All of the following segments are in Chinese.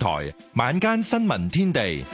台晚間新聞天地。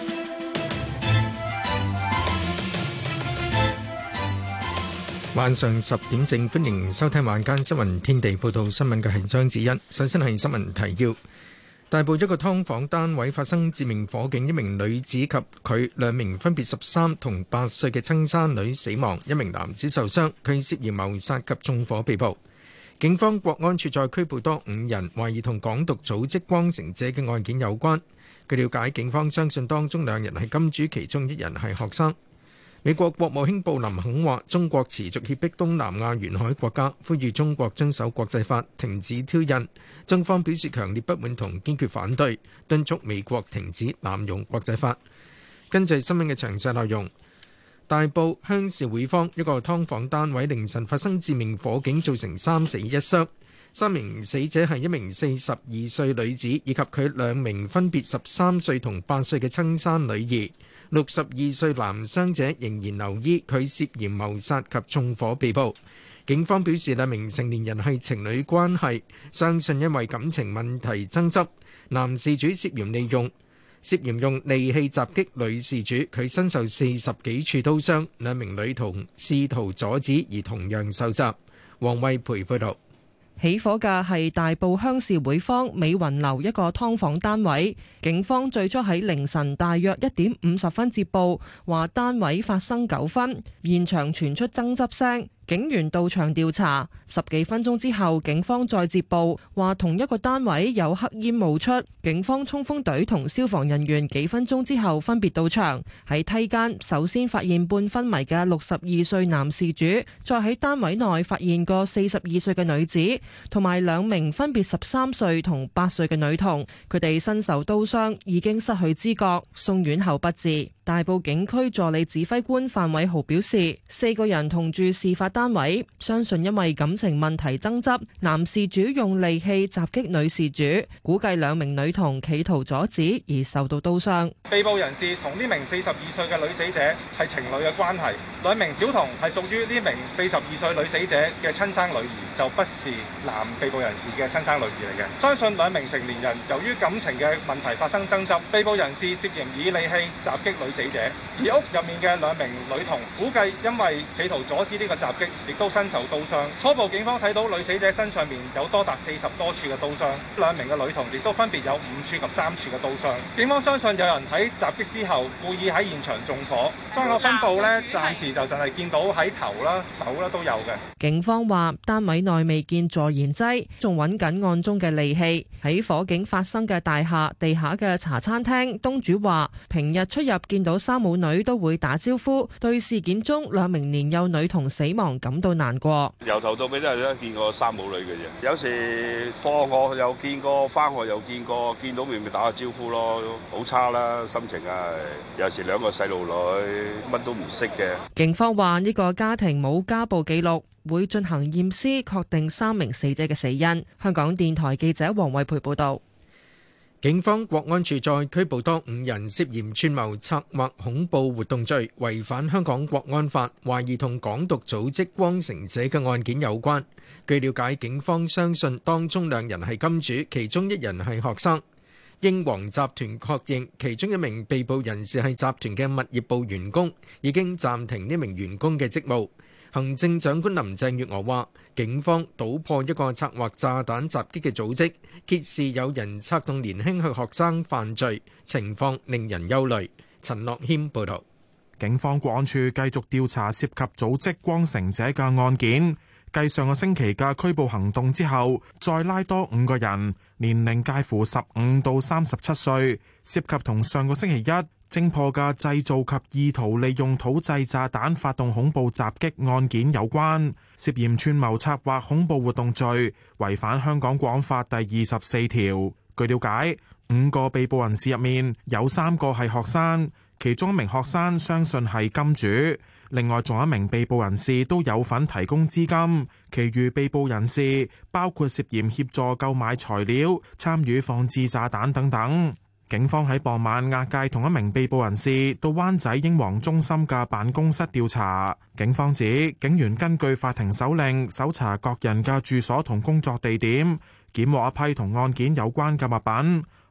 晚上10點正，歡迎收聽晚間新聞天地。報道新聞嘅係張子欣。首先係新聞提要：大埔一個劏房單位發生致命火警，一名女子及佢兩名分別13同8歲嘅親生女死亡，一名男子受傷，佢涉嫌謀殺及縱火被捕。警方國安處再拘捕多5人，懷疑同港獨組織光城者嘅案件有關。據了解，警方相信當中2人係金主，其中1人係學生。美國國務卿布林肯話，中國持續脅迫東南亞沿海國家，呼籲中國遵守國際法，停止挑釁。中方表示強烈不滿同堅決反對，敦促美國停止濫用國際法。跟住新聞嘅詳細內容。大埔鄉事會坊一個劏房單位凌晨發生致命火警，造成3死1傷。3名死者係一名42歲女子以及佢2名分別13歲同8歲嘅親生女兒。62歲男傷者仍然留醫，佢涉嫌謀殺及縱火被捕。警方表示2名成年人係情侶關係，相信因為感情問題爭執，男事主涉嫌用利器襲擊女事主，佢身受40幾處刀傷。2名女童試圖阻止而同樣受襲。黃惠培報導。 起火嘅係大埔鄉事會坊美雲樓一個劏房單位，警方最初喺凌晨大約1點50分接報，話單位發生糾紛，現場傳出爭執聲。警員到場調查，10幾分鐘之後，警方再接報，話同一個單位有黑煙冒出。警方衝鋒隊同消防人員幾分鐘之後分別到場，喺梯間首先發現半昏迷嘅62歲男事主，再喺單位內發現個42歲嘅女子，同埋2名分別13歲同8歲嘅女童，佢哋身受刀傷，已經失去知覺，送院後不治。大埔警區助理指揮官范偉豪表示，4個人同住事發單位，相信因為感情問題爭執，男事主用利器襲擊女事主，估計2名女童企圖阻止而受到刀傷。 被捕人士同呢名42歲嘅女死者係情侶嘅關係，2名小童係屬於呢名42歲女死者嘅親生女兒，就不是男被捕人士嘅親生女兒嚟嘅。相信2名成年人由於感情嘅問題發生爭執，被捕人士涉嫌以利器襲擊女死者，而屋入面嘅2名女童估計因為企圖阻止呢個襲擊，亦都身受刀傷。初步警方睇到女死者身上面有多達40多處嘅刀傷，2名嘅女童亦都分別有5處及3處嘅刀傷。警方相信有人喺襲擊之後故意喺現場縱火。傷口分佈呢，暫時就淨係見到喺頭啦、手啦都有嘅。 警方話單位內未見助燃劑，仲揾緊案中嘅利器。喺火警發生嘅大廈地下嘅茶餐廳，東主話平日出入見到3母女都會打招呼，對事件中2名年幼女童死亡感到難過。 由頭到尾都係見過3母女嘅啫，有時放學又見過，返學又見過，見到面咪打個招呼咯，好差啦心情啊！有時2個細路女乜都唔識嘅。警方話呢個家庭冇家暴記錄，會進行驗屍，確定3名死者嘅死因。香港電台記者黃惠培報道。 警方國安處再拘捕多5人，涉嫌串謀策劃恐怖活動罪，違反香港國安法，懷疑同港獨組織光城者嘅案件有關。據了解，警方相信當中2人係金主，其中1人係學生。英皇集團確認其中1名被捕人士係集團嘅物業部員工，已經暫停呢名員工嘅職務。行政長官林鄭月娥話，警方搗破一個策劃炸彈襲擊嘅組織，揭示有人策動年輕嘅學生犯罪，情況令人憂慮。陳樂謙報道。 警方國安處繼續調查涉及組織光城者嘅案件，繼上個星期嘅拘捕行動之後，再拉多5個人，年齡介乎15到37歲，涉及同上個星期一偵破嘅製造及意圖利用土製炸彈發動恐怖襲擊案件有關，涉嫌串謀策劃恐怖活動罪，違反香港國安法第24條。據了解，5個被捕人士入面有3個係學生，其中1名學生相信係金主，另外仲有1名被捕人士都有份提供資金，其餘被捕人士包括涉嫌協助購買材料、參與放置炸彈等等。警方喺傍晚押解同1名被捕人士到灣仔英皇中心嘅辦公室調查。警方指，警員根據法庭手令搜查各人嘅住所同工作地點，檢獲一批同案件有關嘅物品，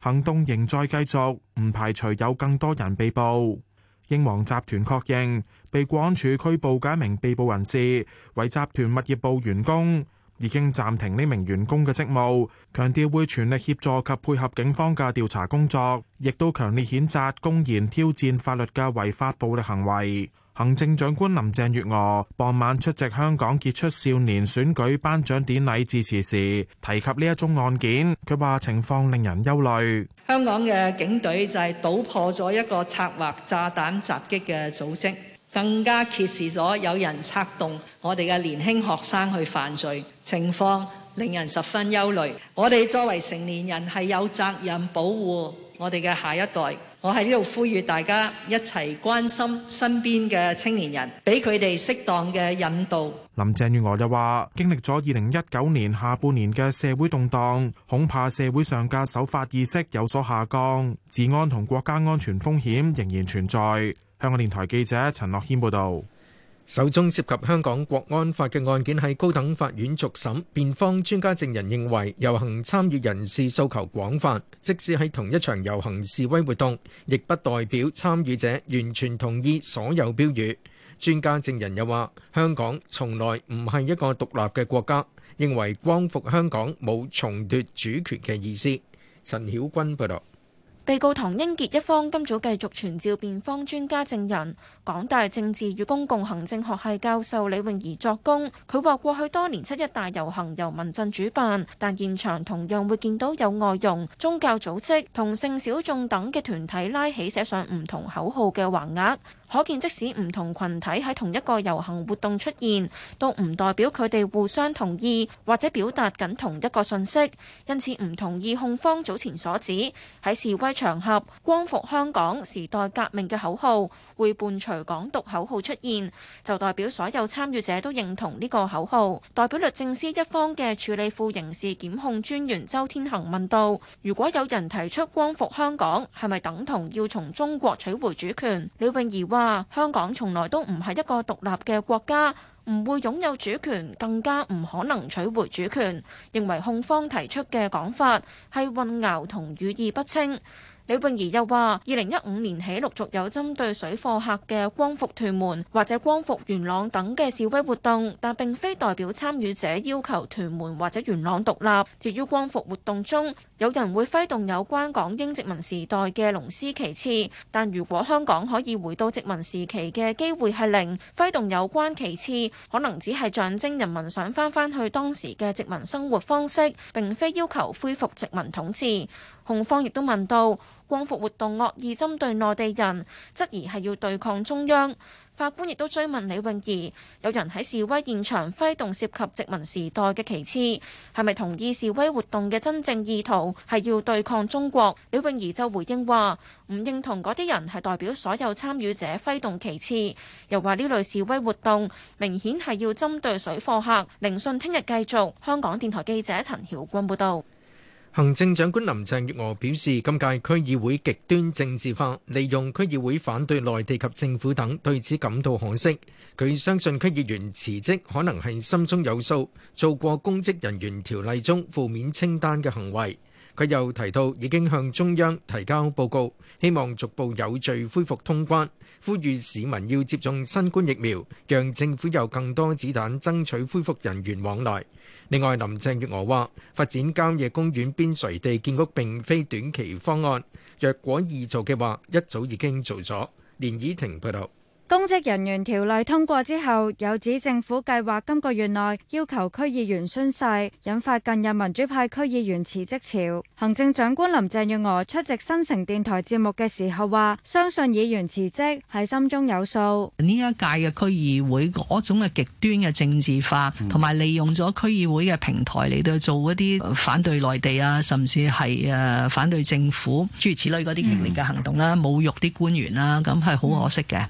行動仍在繼續，唔排除有更多人被捕。英皇集團確認被國安處拘捕嘅一名被捕人士為集團物業部員工，已經暫停呢名員工嘅職務，強調會全力協助及配合警方嘅調查工作，亦都強烈譴責公然挑戰法律嘅違法暴力行為。行政長官林鄭月娥傍晚出席香港傑出少年選舉頒獎典禮致辭時，提及呢一宗案件，佢話情況令人憂慮。 香港嘅警隊就係搗破咗一個策劃炸彈襲擊嘅組織，更加揭示咗有人策動我哋嘅年輕學生去犯罪，情況令人十分憂慮。我哋作為成年人係有責任保護我哋嘅下一代。我喺呢度呼籲大家一齊關心身邊嘅青年人，俾佢哋適當嘅引導。 林鄭月娥又話：經歷咗2019年下半年嘅社會動盪，恐怕社會上嘅守法意識有所下降，治安同國家安全風險仍然存在。香港電台記者陳樂軒報導。 首宗涉及香港國安法嘅案件喺高等法院續審，辯方專家證人認為遊行參與人士訴求廣泛，即使喺同一場遊行示威活動，亦不代表參與者完全同意所有標語。專家證人又話，香港從來唔係一個獨立嘅國家，認為光復香港冇重奪主權嘅意思。陳曉君報導。 被告唐英傑一方今早繼續傳召辯方專家證人，港大政治與公共行政學系教授李詠怡作供。佢話過去多年七一大遊行由民陣主辦，但現場同樣會見到有外傭、宗教組織同性小眾等嘅團體拉起寫上唔同口號嘅橫額，可見即使唔同群體喺同一個遊行活動出現，都唔代表佢哋互相同意或者表達緊同一個訊息。因此唔同意控方早前所指喺示威場合光復香港、時代革命嘅口號會伴隨港獨口號出現，就代表所有參與者都認同呢個口號。代表律政司一方嘅處理副刑事檢控專員周天行問道：如果有人提出光復香港，係咪等同要從中國取回主權？李詠怡話：香港從來都唔係一個獨立嘅國家，唔會擁有主權，更加唔可能取回主權。認為控方提出嘅講法係混淆同語意不清。李詠怡又話：2015年起陸續有針對水貨客嘅光復屯門或者光復元朗等嘅示威活動，但並非代表參與者要求屯門或者元朗獨立。至於光復活動中有人會揮動有關港英殖民時代嘅龍獅旗幟，但如果香港可以回到殖民時期嘅機會係零，揮動有關旗幟可能只係象徵人民想返去當時嘅殖民生活方式，並非要求恢復殖民統治。控方亦都問到光復活動惡意針對內地人，質疑係要對抗中央。法官亦都追問李詠怡，有人喺示威現場揮動涉及殖民時代嘅旗幟，係咪同意示威活動嘅真正意圖係要對抗中國？李詠怡就回應話唔認同嗰啲人係代表所有參與者揮動旗幟，又話呢類示威活動明顯係要針對水貨客。聆訊聽日繼續。香港電台記者陳曉君報導。 行政長官林鄭月娥表示，今屆區議會極端政治化，利用區議會反對內地及政府等，對此感到可惜。佢相信區議員辭職可能係心中有數，做過公職人員條例中負面清單嘅行為。佢又提到已經向中央提交報告，希望逐步有序恢復通關，呼籲市民要接種新冠疫苗，讓政府有更多子彈爭取恢復人員往來。另外，林鄭月娥話發展郊野公園邊陲地建屋並非短期方案，若果易做嘅話，一早已經做咗。連倚婷報導。 公職人員條例通過之後，有指政府計劃今個月內要求區議員宣誓，引發近日民主派區議員辭職潮。行政長官林鄭月娥出席新城電台節目嘅時候話，相信議員辭職係心中有數。 呢一屆嘅區議會嗰種嘅極端嘅政治化，同埋利用咗區議會嘅平台嚟到做一啲反對內地啊，甚至係反對政府諸如此類嗰啲激烈嘅行動啦，侮辱啲官員啦，咁係好可惜嘅。好多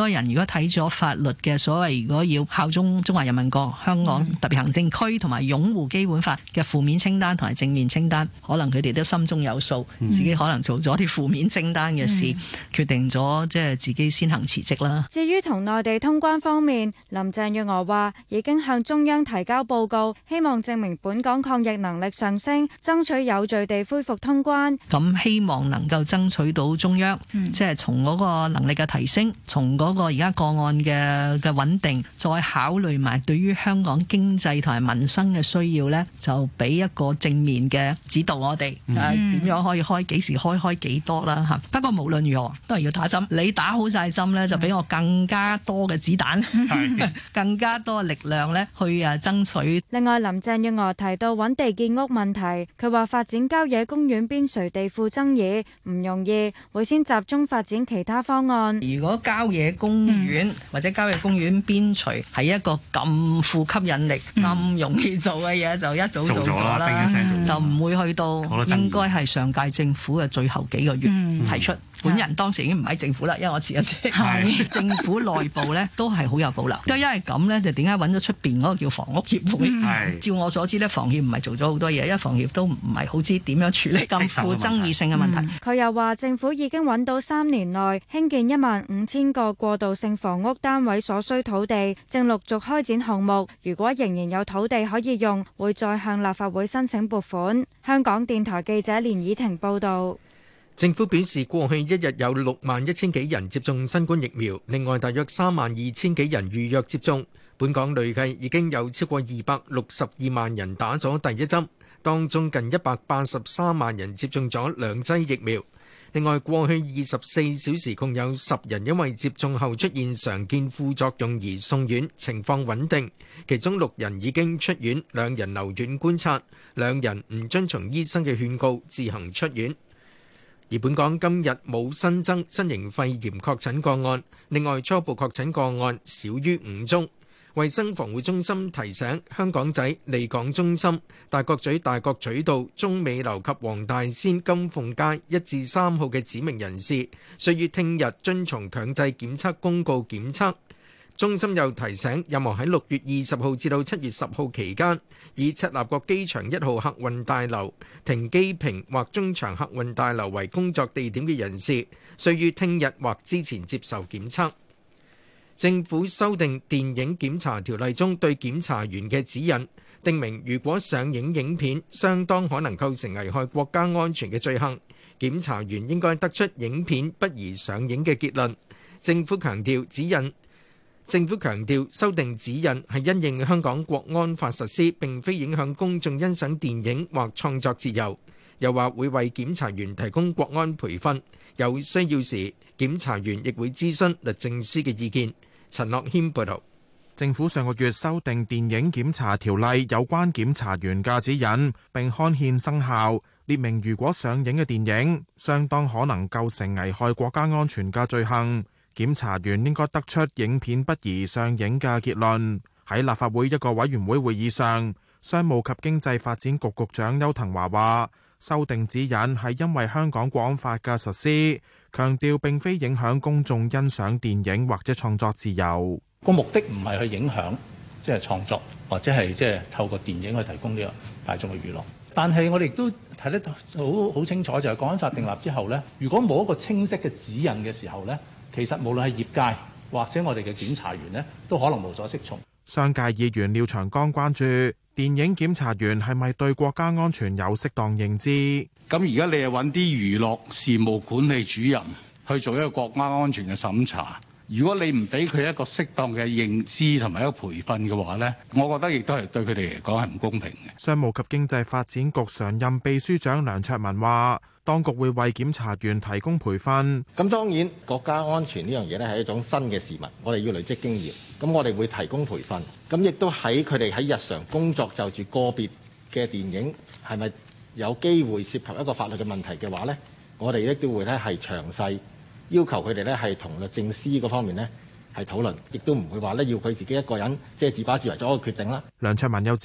多人如果睇咗法律嘅所謂如果要效忠中華人民國香港特別行政區同埋擁護基本法嘅負面清單同埋正面清單，可能佢哋都心中有數，自己可能做咗啲負面清單嘅事，決定咗即係自己先行辭職啦。 至於同內地通關方面，林鄭月娥話已經向中央提交報告，希望證明本港抗疫能力上升，爭取有序地恢復通關。 咁希望能夠爭取到中央，即係從嗰個能力嘅提升，從嗰個而家個案嘅穩定，再考慮埋對於香港經濟同埋民生嘅需要呢，就俾一個正面嘅指導我哋點樣可以開，幾時開幾多啦嚇。不過無論如何都係要打針，你打好晒針呢，就俾我更加多嘅子彈，更加多嘅力量呢去爭取。 另外，林鄭月娥提到揾地建屋問題，佢話發展郊野公園邊陲地庫爭議唔容易，會先集中發展其他方案。 如果郊野公園或者郊野公園邊陲係一個咁富吸引力、咁容易做嘅嘢，就一早做咗啦，就唔會去到應該係上屆政府嘅最後幾個月提出。本人當時已經唔喺政府啦，因為我辭咗職。政府內部呢都係好有保留，都因為咁呢，就點解揾咗出邊嗰個叫房屋協會？照我所知呢，房協唔係做咗好多嘢，因為房協都唔係好知點樣處理咁富爭議性嘅問題。 佢又話政府已經揾到3年內興建15000個過渡性房屋單位所需土地，正陸續開展項目。如果仍然有土地可以用，會再向立法會申請撥款。香港電台記者連以婷報導。 政府表示，過去一日有61000幾人接種新冠疫苗，另外大約32000幾人預約接種。本港累計已經有超過262萬人打咗第一針，當中近183萬人接種咗2劑疫苗。另外，過去24小時共有10人因為接種後出現常見副作用而送院，情況穩定。其中6人已經出院，2人留院觀察，2人唔遵從醫生嘅勸告自行出院。而本港今日冇新增新型肺炎確診個案，另外初步確診個案少於5宗。衛生防護中心提醒香港仔利港中心、大角咀大角咀道、中美樓及黃大仙金鳳街1至3號嘅指明人士，需於聽日遵從強制檢測公告檢測。中心又提醒，任何喺6月20號至到7月10號期間，以赤鱲角機場1號客運大樓、停機坪或中場客運大樓為工作地點嘅人士，需於聽日或之前接受檢測。政府修訂電影檢查條例中對檢查員嘅指引，訂明如果上映影片相當可能構成危害國家安全嘅罪行，檢查員應該得出影片不宜上映嘅結論。政府強調修訂指引係因應香港國安法實施，並非影響公眾欣賞電影或創作自由。又話會為檢查員提供國安培訓，有需要時檢查員亦會諮詢律政司嘅意見。陳樂謙報道。 政府上個月修訂電影檢查條例有關檢查員嘅指引，並刊憲生效，列明如果上映嘅電影相當可能構成危害國家安全嘅罪行，檢查員應該得出影片不宜上映嘅結論。喺立法會一個委員會會議上，商務及經濟發展局局長邱騰華話，修訂指引係因為香港國安法嘅實施，強調並非影響公眾欣賞電影或者創作自由。 個目的唔係去影響創作，或者係透過電影去提供呢個大眾嘅娛樂。但係我哋亦都睇得好清楚，就係國安法訂立之後呢，如果冇一個清晰嘅指引嘅時候呢，其實無論係業界或者我哋嘅檢查員呢，都可能無所適從。 商界議員廖長江關注電影檢查員係咪對國家安全有適當認知？ 咁而家你係揾啲娛樂事務管理主任去做一個國家安全嘅審查，如果你唔俾佢一個適當嘅認知同埋一個培訓嘅話呢，我覺得亦都係對佢哋嚟講係唔公平嘅。 商務及經濟發展局常任秘書長梁卓文話，當局會為檢查員提供培訓。 咁當然國家安全呢樣嘢呢係一種新嘅事物，我哋要累積經驗。咁我哋會提供培訓，咁亦都喺佢哋喺日常工作就住個別嘅電影係咪有機會涉及一個法律嘅問題嘅話呢，我哋亦都會呢係詳細要求佢哋呢係同律政司嗰方面呢係討論，亦都唔會話呢要佢自己一個人自把自為咗個決定啦。 梁卓文又指，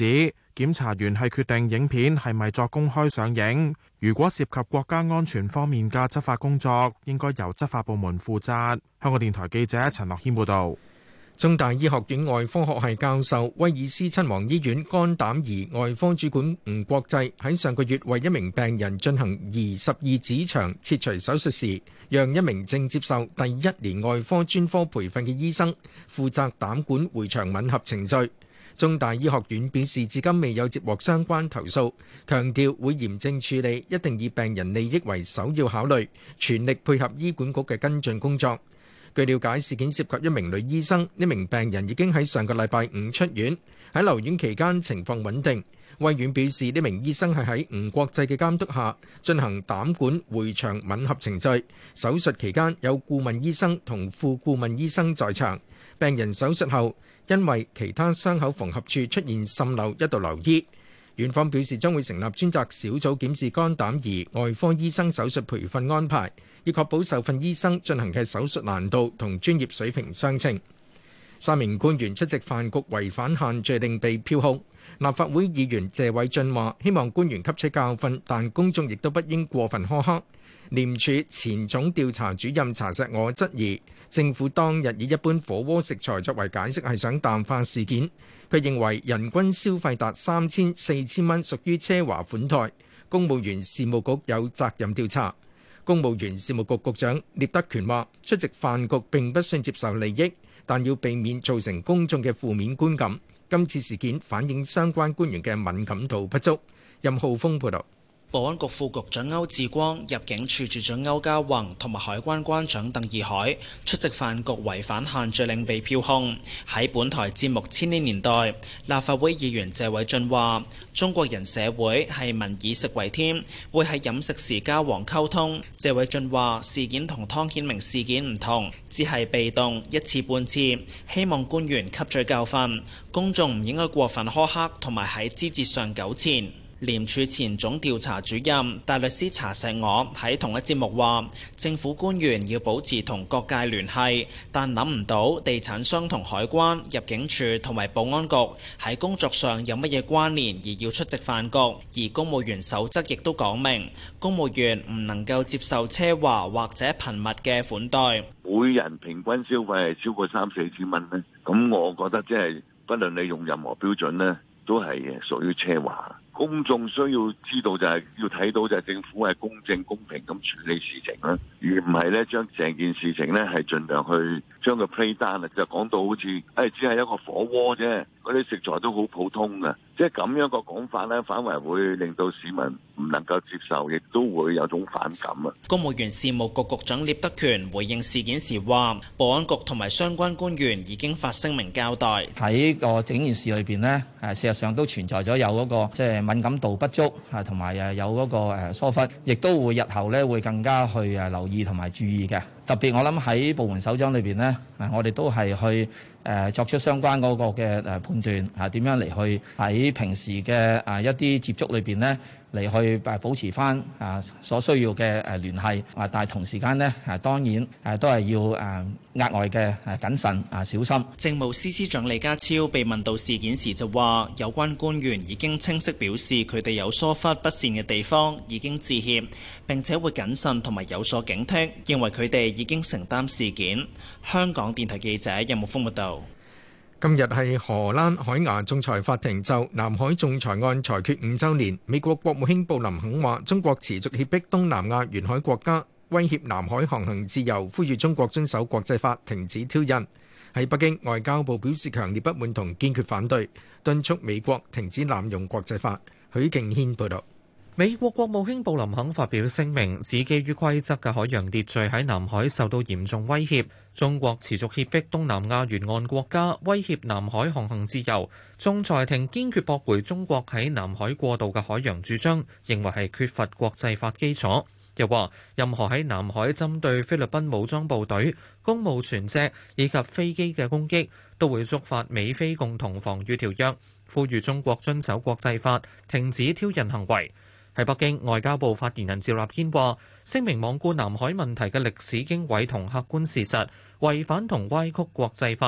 檢查員係決定影片係咪作公開上映。如果涉及國家安全方面嘅執法工作，應該由執法部門負責。香港電台記者陳樂軒報導。 中大醫學院外科學系教授、威爾斯親王醫院肝膽胰外科主管吳國際喺上個月為一名病人進行胰12指腸切除手術時，讓一名正接受第1年外科專科培訓嘅醫生負責膽管回腸吻合程序。中大醫學院表示，至今未有接獲相關投訴，強調會嚴正處理，一定以病人利益為首要考慮，全力配合醫管局嘅跟進工作。據了解，事件涉及一名女醫生，呢名病人已經喺上個禮拜5出院，喺留院期間情況穩定。衛院表示，呢名醫生係喺吳國際嘅監督下進行膽管回腸吻合程序，手術期間有顧問醫生同副顧問醫生在場。病人手術後因為其他傷口縫合處出現滲漏，一度留醫。院方表示將會成立專責小組檢視肝膽胰外科醫生手術培訓安排，以確保受訓醫生進行嘅手術難度同專業水平相稱。3名官員出席飯局違反限聚令被票控。立法會議員謝偉俊話：希望官員吸取教訓，但公眾亦都不應過分苛刻。廉署前總調查主任查錫我質疑政府當日以一般火鍋食材作為解釋係想淡化事件。佢認為人均消費達3000、4000蚊屬於奢華款待，公務員事務局有責任調查。公務員事務局局長聶德權話：出席飯局並不算接受利益，但要避免造成公眾嘅負面觀感。今次事件反映相關官員嘅敏感度不足。任浩峰報導。 保安局副局長歐志光、入境處處長歐家宏同埋海關關長鄧義海出席飯局違反限聚令被票控。喺本台節目《千禧年代》，立法會議員謝偉俊話：中國人社會係民以食為天，會喺飲食時交往溝通。謝偉俊話：事件同湯顯明事件唔同，只係被動一次半次，希望官員吸取教訓，公眾唔應該過分苛刻同埋喺枝節上糾纏。廉署前總調查主任大律師查錫我喺同一節目話：政府官員要保持同各界聯繫，但諗唔到地產商同海關、入境處同埋保安局喺工作上有乜嘢關聯而要出席飯局。而公務員守則亦都講明，公務員唔能夠接受奢華或者頻密嘅款待。 每人平均消費係超過3-4千蚊呢，咁我覺得即係不論你用任何標準呢，都係屬於奢華。公眾需要知道就係要睇到就係政府係公正公平咁處理事情啦，而唔係咧將成件事情咧係盡量去將個 play down 就講到好似只係一個火鍋啫，嗰啲食材都好普通嘅，即係咁樣個講法咧，反為會令到市民唔能夠接受，亦都會有種反感啊。 公務員事務局局長聶德權回應事件時話：保安局同埋相關官員已經發聲明交代。 喺個整件事裏邊呢，事實上都存在咗有嗰個即係敏感度不足啊，同埋有嗰個疏忽，亦都會日後咧會更加去留意同埋注意嘅。特別我諗喺部門首長裏邊呢，我哋都係去作出相關嗰個嘅判斷啊，點樣嚟去喺平時嘅一啲接觸裏邊呢，嚟去保持翻所需要嘅聯繫啊，但係同時間呢，當然都係要額外嘅謹慎小心。 政務司司長李家超被問到事件時就話：有關官員已經清晰表示佢哋有疏忽不善嘅地方，已經致歉，並且會謹慎同埋有所警惕，認為佢哋已經承擔事件。香港電台記者任木峰報道。 今日係荷蘭海牙仲裁法庭就南海仲裁案裁決5週年。美國國務卿布林肯話：中國持續脅迫東南亞沿海國家，威脅南海航行自由，呼籲中國遵守國際法，停止挑釁。喺北京，外交部表示強烈不滿同堅決反對，敦促美國停止濫用國際法。許敬軒報導。 美國國務卿布林肯發表聲明，指基於規則嘅海洋秩序喺南海受到嚴重威脅，中國持續脅迫東南亞沿岸國家，威脅南海航行自由。仲裁庭堅決駁回中國喺南海過渡嘅海洋主張，認為係缺乏國際法基礎。又話任何喺南海針對菲律賓武裝部隊、公務船隻以及飛機嘅攻擊，都會觸發美菲共同防禦條約，呼籲中國遵守國際法，停止挑釁行為。喺北京，外交部發言人趙立堅話：聲明罔顧南海問題嘅歷史經緯同客觀事實，違反同歪曲國際法，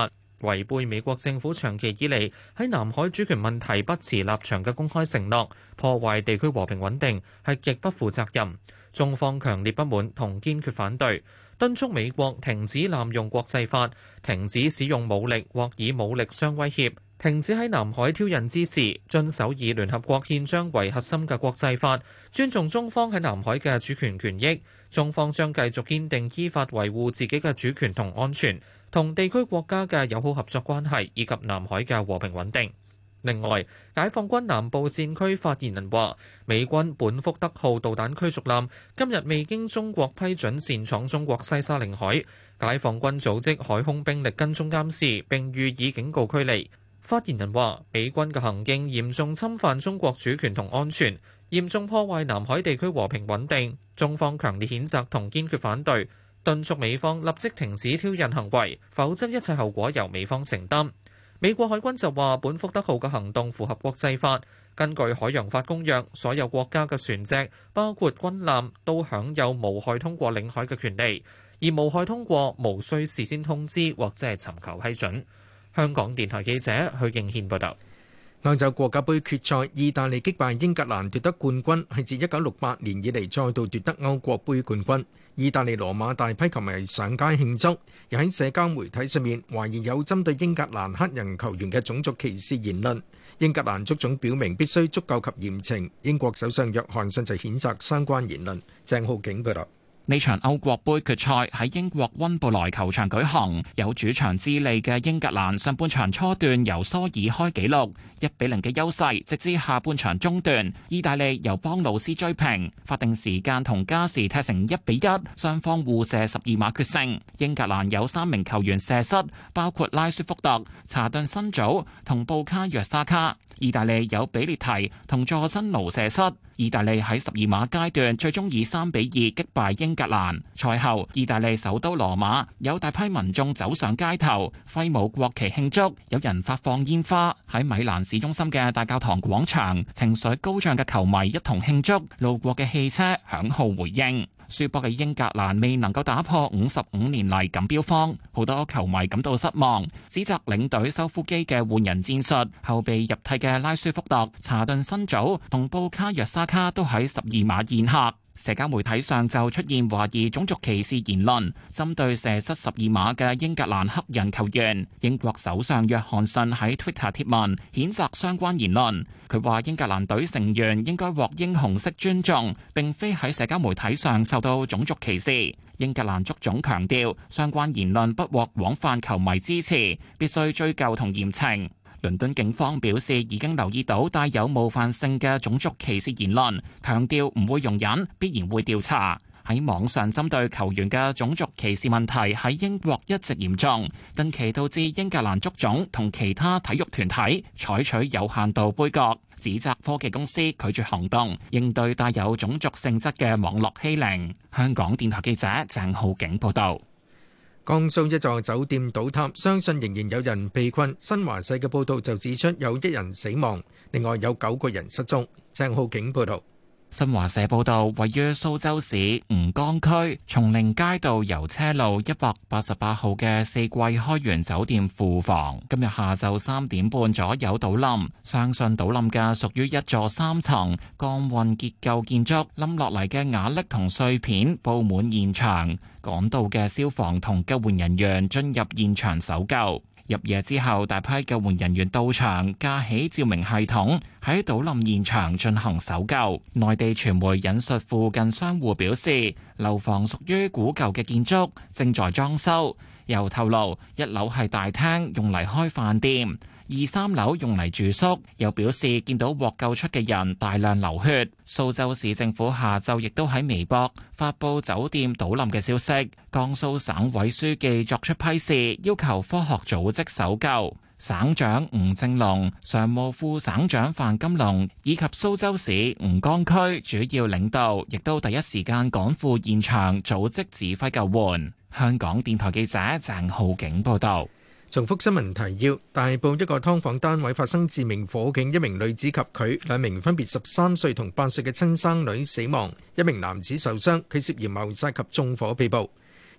違背美國政府長期以嚟喺南海主權問題不持立場嘅公開承諾，破壞地區和平穩定，係極不負責任。中方強烈不滿同堅決反對，敦促美國停止濫用國際法，停止使用武力或以武力相威脅，停止喺南海挑釁之時，遵守以聯合國憲章為核心嘅國際法，尊重中方喺南海嘅主權權益。中方將繼續堅定依法維護自己嘅主權同安全，同地區國家嘅友好合作關係，以及南海嘅和平穩定。另外，解放軍南部戰區發言人話，美軍本福德號導彈驅逐艦今日未經中國批准擅闖中國西沙領海，解放軍組織海空兵力跟蹤監視並予以警告驅離。發言人話，美軍嘅行徑嚴重侵犯中國主權同安全，嚴重破壞南海地區和平穩定，中方強烈譴責同堅決反對，敦促美方立即停止挑釁行為，否則一切後果由美方承擔。美國海軍就話，本福德號嘅行動符合國際法，根據海洋法公約，所有國家嘅船隻，包括軍艦，都享有無害通過領海嘅權利，而無害通過無需事先通知或者係尋求批准。香港電台記者許敬軒報道。 歐洲國家盃決賽，意大利擊敗英格蘭奪得冠軍，係自1968年以嚟再度奪得歐國盃冠軍。意大利羅馬大批球迷上街慶祝，又喺社交媒體上面懷疑有針對英格蘭黑人球員嘅種族歧視言論。英格蘭足總表明必須足夠及嚴懲，英國首相約翰遜就譴責相關言論。鄭浩景報道。 呢場歐國盃決賽喺英國溫布萊球場舉行，有主場之利嘅英格蘭上半場初段由蘇爾開紀錄，1-0嘅優勢，直至下半場中段，意大利由邦魯斯追平，法定時間同加時踢成1-1，雙方互射12碼決勝。英格蘭有3名球員射失，包括拉舒福特、查頓辛祖同布卡約沙卡。意大利有比列提同佐真奴射失。意大利喺12碼階段最終以3-2擊敗英格蘭。賽後，意大利首都羅馬有大批民眾走上街頭，揮舞國旗慶祝，有人發放煙花。喺米蘭市中心嘅大教堂廣場，情緒高漲嘅球迷一同慶祝，路過嘅汽車響號回應。輸波嘅英格蘭未能夠打破55年嚟錦標荒，好多球迷感到失望，指責領隊修夫基嘅換人戰術。後備入替嘅拉舒福特、查頓辛祖同布卡約沙卡都喺12碼宴客。社交媒體上就出現懷疑種族歧視言論，針對射失12碼嘅英格蘭黑人球員。英國首相約翰遜喺 Twitter 貼文譴責相關言論。佢話英格蘭隊成員應該獲英雄式尊重，並非喺社交媒體上受到種族歧視。英格蘭足總強調，相關言論不獲廣泛球迷支持，必須追究同嚴懲。倫敦警方表示已經留意到帶有冒犯性嘅種族歧視言論，強調唔會容忍，必然會調查。喺網上針對球員嘅種族歧視問題喺英國一直嚴重，近期導致英格蘭足總同其他體育團體採取有限度杯葛，指責科技公司拒絕行動，應對帶有種族性質嘅網絡欺凌。香港電台記者鄭浩景報道。 江蘇一座酒店倒塌，相信仍然有人被困。新華社嘅報道就指出有1人死亡，另外有9個人失蹤。鄭浩景報道。 新華社報道，位於蘇州市吳江區松陵街道郵車路188號嘅4季開元酒店副房，今日下晝3點半左右倒冧。相信倒冧嘅屬於一座3層鋼混結構建築，冧落嚟嘅瓦礫同碎片佈滿現場。趕到嘅消防同救援人員進入現場搜救。入夜之後，大批救援人員到場，架起照明系統，喺倒冧現場進行搜救。內地傳媒引述附近商戶表示，樓房屬於古舊嘅建築，正在裝修。又透露1樓係大廳，用嚟開飯店。2、3樓用嚟住宿，又表示見到獲救出嘅人大量流血。蘇州市政府下晝亦都喺微博發布酒店倒冧嘅消息。江蘇省委書記作出批示，要求科學組織搜救。省長吳政龍、常務副省長范金龍以及蘇州市吳江區主要領導，亦都第一時間趕赴現場組織指揮救援。香港電台記者鄭浩景報道。 重複新聞提要：大埔一個劏房單位發生致命火警，1名女子及佢2名分別13歲同8歲嘅親生女死亡，1名男子受傷，佢涉嫌謀殺及縱火被捕。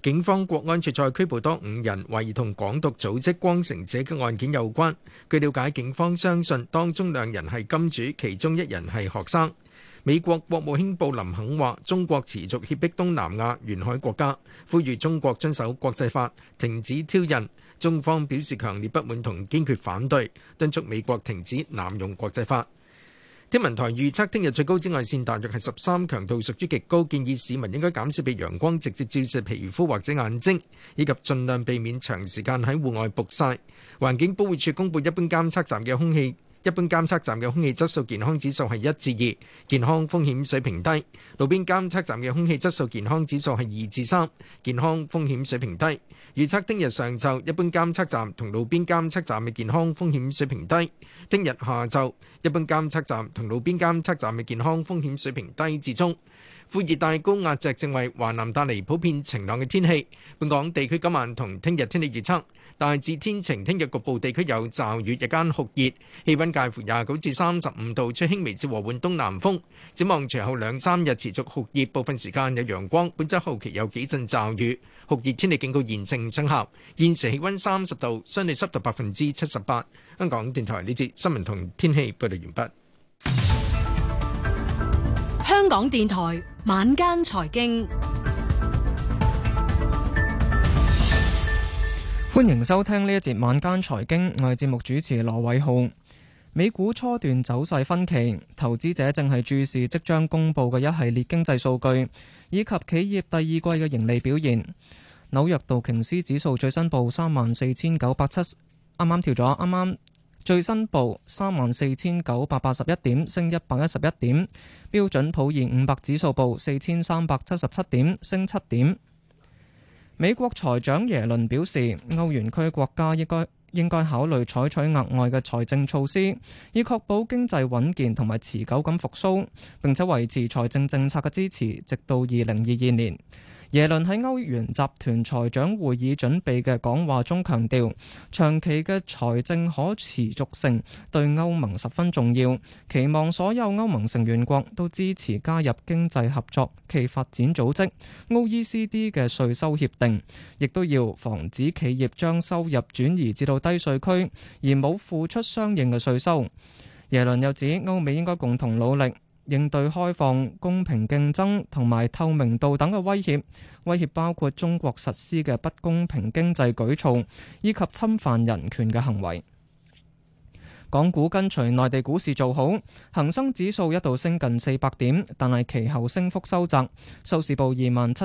警方國安處再拘捕多5人，懷疑同港獨組織光城者嘅案件有關。據了解，警方相信當中2人係金主，其中1人係學生。美國國務卿布林肯話，中國持續脅迫東南亞沿海國家，呼籲中國遵守國際法，停止挑釁。中方表示強烈不滿同堅決反對，敦促美國停止濫用國際法。天文台預測聽日最高紫外線大約係13，強度屬於極高，建議市民應該減少被陽光直接照射皮膚或者眼睛，以及盡量避免長時間喺戶外曝曬。環境保護署公佈一般監測站嘅空氣質素健康指數係1至2，健康風險水平低；路邊監測站嘅空氣質素健康指數係2至3，健康風險水平低。預測聽日上晝一般監測站同路邊監測站嘅健康風險水平低；聽日下晝一般監測站同路邊監測站嘅健康風險水平低至中。副熱帶高壓脊正為華南帶嚟普遍晴朗嘅天氣。本港地區今晚同聽日天氣預測大致天晴，聽日局部地區有驟雨，日間酷熱，氣溫介乎29至35度，吹輕微至和緩東南風。展望隨後2-3日持續酷熱，部分時間有陽光。本週後期有幾陣驟雨，酷熱天氣警告現正生效。現時氣溫30度，相對濕度78%。香港電台呢節新聞同天氣報道完畢。 香港電台晚間財經， 歡迎收聽呢一節晚間財經，我係節目主持羅偉浩。美股初段走勢分歧，投資者正係注視即將公布嘅一系列經濟數據，以及企業第二季嘅盈利表現。紐約道瓊斯指數最新報34,970，最新報34,981點，升111點。標準普爾500指數報4,377點，升7點。美國財長耶倫表示，歐元區國家應該考慮採取額外嘅財政措施，以確保經濟穩健同埋持久咁復甦，並且維持財政政策嘅支持，直到2022年。耶倫喺歐元集團財長會議準備嘅講話中強調，長期嘅財政可持續性對歐盟十分重要，期望所有歐盟成員國都支持加入經濟合作暨發展組織 OECD 嘅稅收協定，亦都要防止企業將收入轉移至到低稅區，而冇付出相應嘅稅收。耶倫又指，歐美應該共同努力應對開放、公平競爭同埋透明度等嘅威脅包括中國實施嘅不公平經濟舉措，以及侵犯人權嘅行為。港股跟隨內地股市做好，恒生指數一度升近400點，但係其後升幅收窄，收市報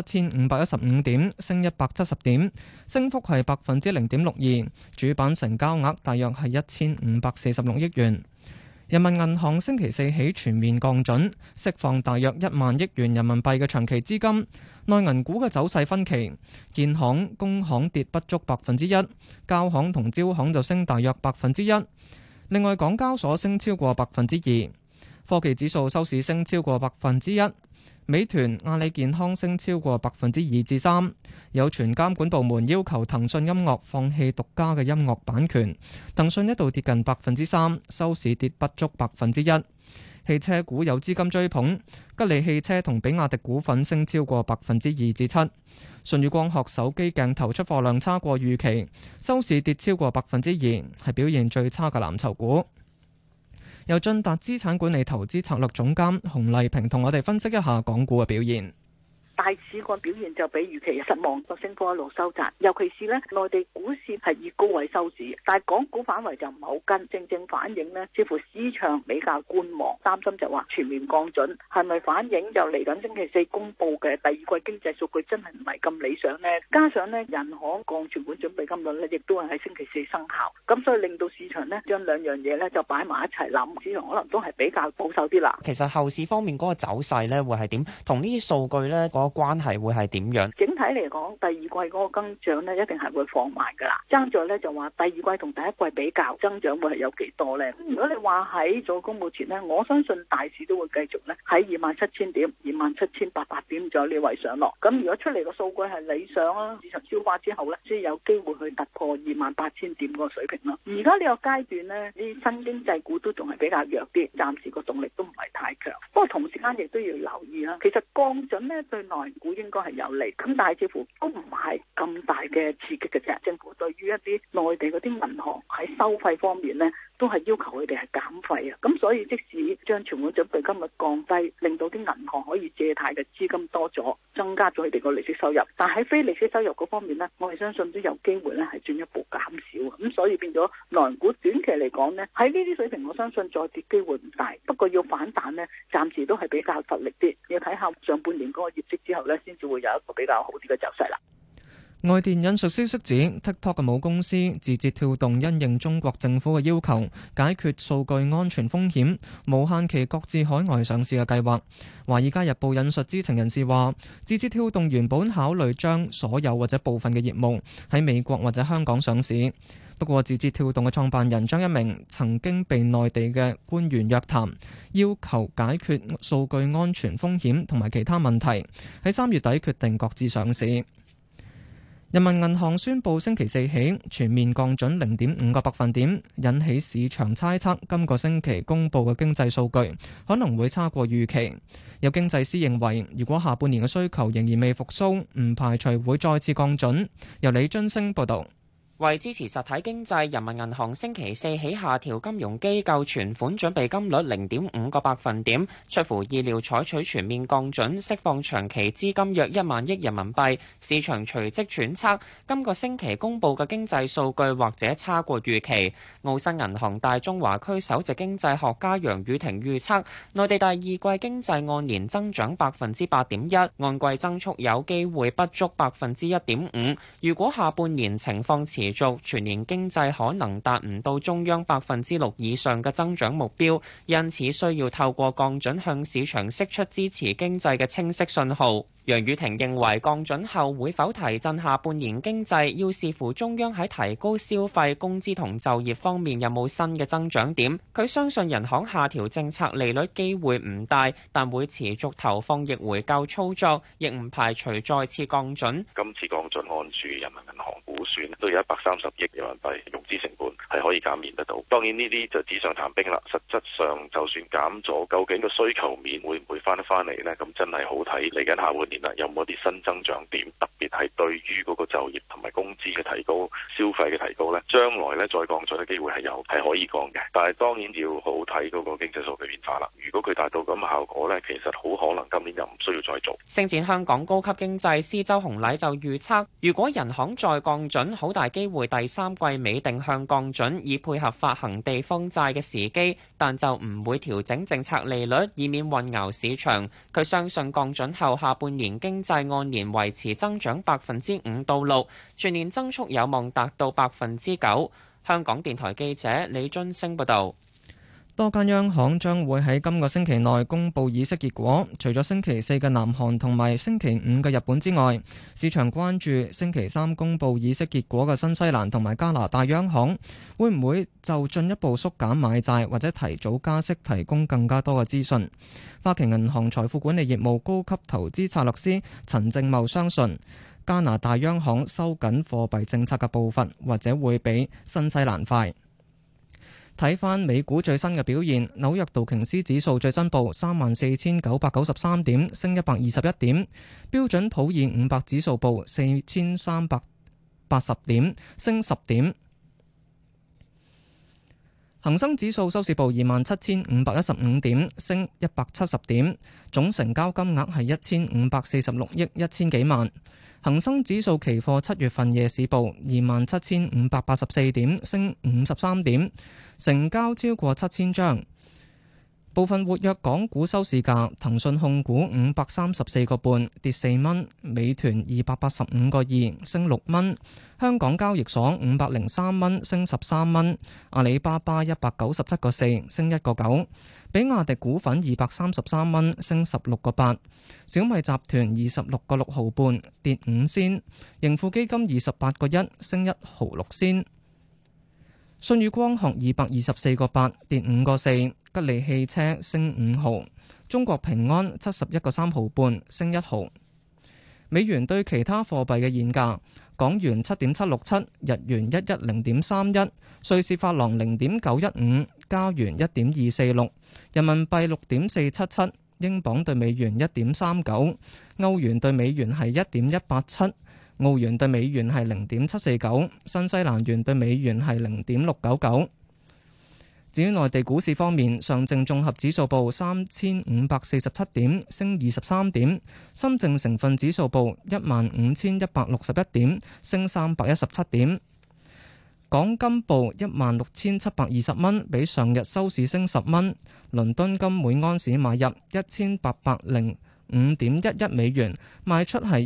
27,515點，升170點，升幅係0.62%。主板成交額大約係1546億元。人民銀行星期四起全面降準，釋放大約1萬億元人民幣嘅長期資金。內銀股嘅走勢分歧，建行、工行跌不足1%，交行同招行就升大約1%。另外，港交所升超過2%，科技指數收市升超過1%。美團、阿里健康升超過2%至3%，有傳監管部門要求騰訊音樂放棄獨家嘅音樂版權，騰訊一度跌近3%，收市跌不足1%。汽車股有資金追捧，吉利汽車同比亞迪股份升超過2%至7%。舜宇光學手機鏡頭出貨量差過預期，收市跌超過2%，係表現最差嘅藍籌股。由晉達資產管理投資策略總監洪麗萍同我哋分析一下港股嘅表現。 大市個表現就比預期失望，個升幅一路收窄，尤其是咧內地股市係以高位收市，但係港股反圍就唔係好跟，正反映呢似乎市場比較觀望，擔心就話全面降準係咪反映就嚟緊星期四公布嘅第二季經濟數據真係唔係咁理想呢？加上呢人行降存款準備金率呢亦都係喺星期四生效，咁所以令到市場呢將兩樣嘢呢就擺埋一齊諗，市場可能都係比較保守啲啦。 其實後市方面嗰個走勢呢會係點？同呢啲數據呢關係會係點樣？ 整體嚟講，第二季嗰個增長咧，一定係會放慢噶啦。爭在咧就話第二季同第一季比較，增長會係有幾多咧？如果你話喺做公佈前咧，我相信大市都會繼續咧喺27,000點、27,800點左右呢位上落。咁如果出嚟個數據係理想啦，市場消化之後咧，先有機會去突破28,000點嗰個水平咯。而家呢個階段咧，啲新經濟股都仲係比較弱啲，暫時個動力都唔係太強。不過同時間亦都要留意啦，其實降準咧對內內股應該係有利。咁但係似乎都唔係咁大嘅刺激嘅啫。政府對於一啲內地嗰啲銀行喺收費方面呢，都係要求佢哋係減費啊。咁所以即使將存款準備金率降低，令到啲銀行可以借貸嘅資金多咗，增加咗佢哋個利息收入，但喺非利息收入嗰方面呢，我係相信都有機會咧係進一步減少。咁所以變咗內銀股短期嚟講呢，喺呢啲水平，我相信再跌機會唔大。不過要反彈呢，暫時都係比較乏力啲。要睇下上半年嗰個業績之後呢，先至會有一個比較好啲嘅走勢啦。 外電引述消息指 ，TikTok 嘅母公司字節跳動因應中國政府嘅要求，解決數據安全風險，無限期擱置海外上市嘅計劃。華爾街日報引述知情人士話，字節跳動原本考慮將所有或者部分嘅業務喺美國或者香港上市。不過，字節跳動嘅創辦人張一鳴曾經被內地嘅官員約談，要求解決數據安全風險同埋其他問題，喺3月底決定擱置上市。人民銀行宣布星期四起全面降準0.5個百分點，引起市場猜測今個星期公佈嘅經濟數據可能會差過預期。有經濟師認為，如果下半年嘅需求仍然未復甦，唔排除會再次降準。由李津升報導。 為支持實體經濟，人民銀行星期四起下調金融機構存款準備金率0.5個百分點，出乎意料採取全面降準，釋放長期資金約1萬億人民幣。市場隨即揣測，今個星期公佈嘅經濟數據或者差過預期。澳新銀行大中華區首席經濟學家楊宇霆預測，內地第二季經濟按年增長8.1%，按季增速有機會不足1.5%。如果下半年情況持續，全年經濟可能達唔到中央6%以上嘅增長目標，因此需要透過降準向市場釋出支持經濟嘅清晰信號。楊宇霆認為降準後會否提振下半年經濟，要視乎中央喺提高消費、工資同就業方面有冇新嘅增長點。佢相信人行下調政策利率機會唔大，但會持續投放逆回購操作，亦唔排除再次降準。 今次降準按住人民銀行估算都有130億人民幣融資成本係可以減免得到。當然呢啲就紙上談兵啦，實質上就算減咗，究竟個需求面會唔會翻得翻嚟呢？咁真係好睇嚟緊下半年啦，有冇一啲新增長點？特別係對於嗰個就業同埋工資嘅提高、消費嘅提高呢，將來呢再降準嘅機會係有，係可以降嘅。但係當然要好睇嗰個經濟數據變化啦。如果佢達到咁嘅效果呢，其實好可能今年就唔需要再做。 星展香港高級經濟師周洪禮就預測，如果人行再降準，好大機會第3季尾定向降準，以配合發行地方債嘅時機，但就唔會調整政策利率，以免混淆市場。佢相信降準後下半年經濟按年維持增長5%到6%，全年增速有望達到9%。香港電台記者李津升報導。 多間央行將會喺今個星期內公佈議息結果，除咗星期四嘅南韓同埋星期五嘅日本之外，市場關注星期三公佈議息結果嘅新西蘭同埋加拿大央行會唔會就進一步縮減買債或者提早加息提供更加多嘅資訊。花旗銀行財富管理業務高級投資策略師陳正茂相信，加拿大央行收緊貨幣政策嘅步伐或者會比新西蘭快。睇返美股最新嘅表現，紐約道瓊斯指數最新報34,993點，升121點；標準普爾500指數報4,380點，升10點；恒生指數收市報27,515點，升170點，總成交金額係1,546億1000幾萬。恒生指數期貨7月份夜市報27,584點，升53點，成交超過7000張。部分活躍港股收市價：騰訊控股534個半，跌4蚊；美團285個2，升6蚊；香港交易所503蚊，升13蚊；阿里巴巴197個4，升1個9；比亞迪股份233蚊，升16個8；小米集團26個6毫半，跌5仙；盈富基金28個1，升1毫6仙；舜宇光學224個8，跌5個4；吉利汽車升5毫；中國平安71個3毫半，升1毫。美元對其他貨幣嘅現價：港元7.767，日元110.31，瑞士法郎0.915，加元1.246，人民幣6.477， 英鎊對美元1.39，歐元對美元係1.187，澳元對美元係0.749，新西蘭元對美元係0.699。至於內地股市方面，上證綜合指數報3547點，升23點；深證成分指數報15161點，升317點。港金報16,720蚊，比上日收市升10蚊。倫敦金每盎司買入1805.11美元，賣出係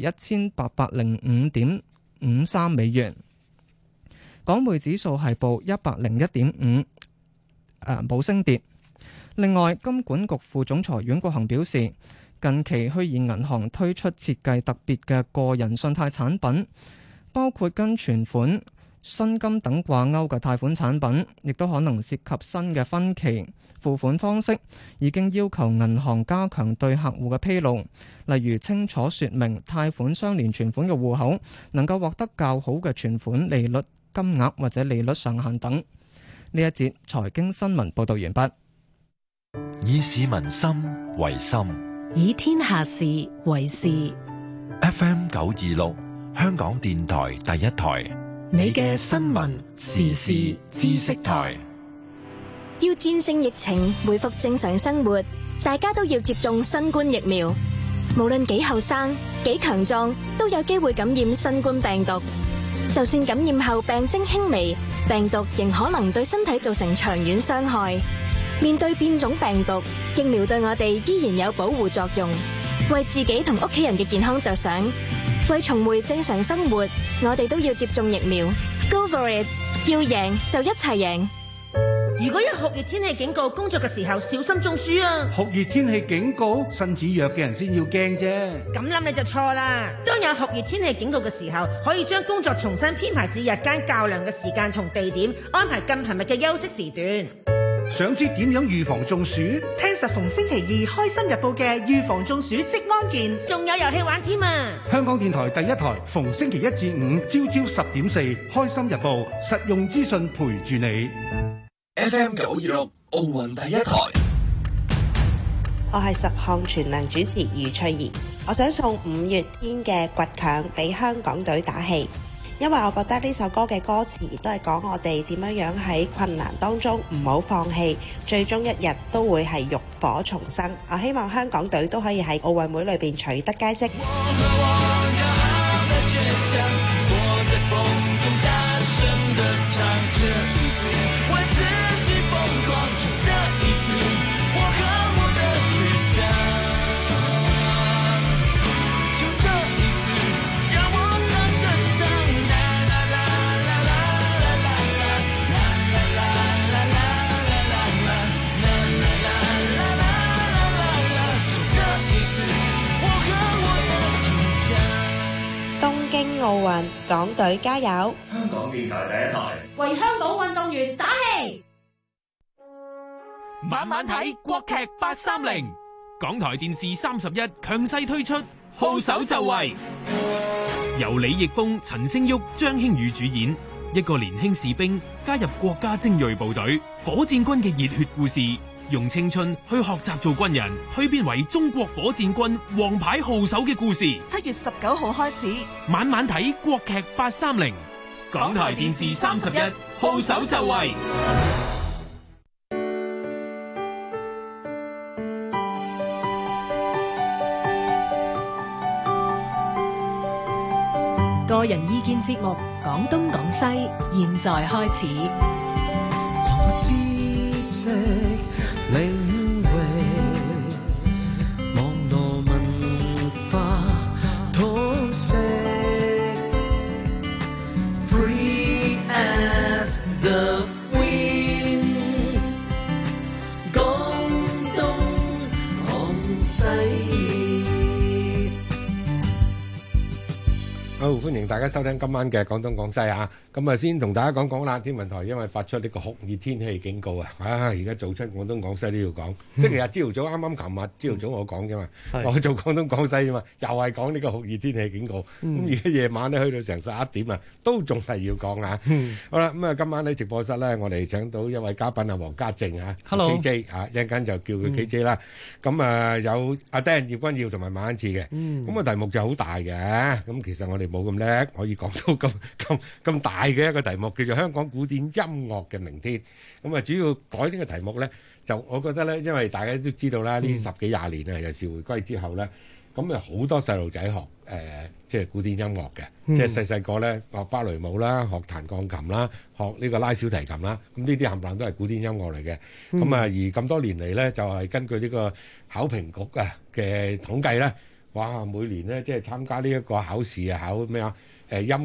1805.53美元。港匯指數係報101.5。冇升跌。另外，金管局副總裁阮國恒表示，近期虛擬銀行推出設計特別嘅個人信貸產品，包括跟存款、薪金等掛鈎嘅貸款產品，亦都可能涉及新嘅分期付款方式。已經要求銀行加強對客戶嘅披露，例如清楚說明貸款相連存款嘅戶口能夠獲得較好嘅存款利率金額或者利率上限等。呢一節財經新聞報道完畢。 以市民心為心， 以天下事為事。 FM 926，香港電台第一台， 你嘅新聞時事知識台。 要戰勝疫情，恢復正常生活，大家都要接種新冠疫苗。無論幾後生、幾強壯，都有機會感染新冠病毒。就算感染後病徵輕微，病毒仍可能對身體造成長遠傷害。面對變種病毒，疫苗對我哋依然有保護作用。為自己同屋企人嘅健康着想，為重回正常生活，我哋都要接種疫苗。Go for it！ 要贏就一齊贏。 如果有酷熱天氣警告，工作嘅時候小心中暑啊！ 酷熱天氣警告，身子弱嘅人先要驚啫。 咁諗你就錯啦。當有酷熱天氣警告嘅時候，可以將工作重新編排至日間較涼嘅時間同地點，安排更頻密嘅休息時段。 想知點樣預防中暑？ 聽實逢星期二《開心日報》嘅預防中暑職安健，仲有遊戲玩添啊！ 香港電台第一台，逢星期一至五朝朝10.4，《開心日報》實用資訊陪住你。 FM 926奧運第一台， 我係10項全能主持余翠怡。我想送5月天嘅《倔強》俾香港隊打氣，因為我覺得呢首歌嘅歌詞都係講我哋點樣喺困難當中唔好放棄，最終一日都會係浴火重生。我希望香港隊都可以喺奧運會裏邊取得佳績。東京奧運，港隊加油！ 香港電台第一台， 為香港運動員打氣。 晚晚睇國劇830，港台電視31強勢推出，號手就位，由李易峰、陳星旭、張馨予主演，一個年輕士兵加入國家精銳部隊火箭軍嘅熱血故事，用青春去學習做軍人，蛻變為中國火箭軍王牌號手嘅故事。 7月19號開始， 晚晚睇國劇830，港台電視31號手就位。 個人意見節目《講東講西》，現在開始。 好，歡迎大大家收聽今晚嘅廣東廣西啊！咁啊，先同大家講講啦，天文台因為發出呢個酷熱天氣警告啊！而家早出廣東廣西都要講。星期日朝頭早啱啱琴日朝頭早我講啫嘛，我做廣東廣西啫嘛，又係講呢個酷熱天氣警告。咁而家夜晚咧去到成11點啊，都仲係要講啊！好啦，咁啊今晚喺直播室咧，我哋請到一位嘉賓啊，黃家正啊 ，KJ 啊，一陣間就叫佢 KJ 啦。咁啊有阿 Dan 葉君耀同埋馬恩賜嘅。咁啊題目就好大嘅。咁其實我哋冇咁叻，可以講到咁大嘅一個題目，叫做香港古典音樂嘅明天。咁啊，主要改呢個題目咧，就我覺得咧，因為大家都知道啦，呢10幾20年啊，尤其是回歸之後咧，咁啊好多細路仔學即係古典音樂嘅，即係細細個咧學芭蕾舞啦，學彈鋼琴啦，學呢個拉小提琴啦，咁呢啲冚唪唥都係古典音樂嚟嘅。咁啊，而咁多年嚟咧，就係根據呢個考評局啊嘅統計咧。哇！每年咧，即係參加呢一個考試啊，考咩啊？音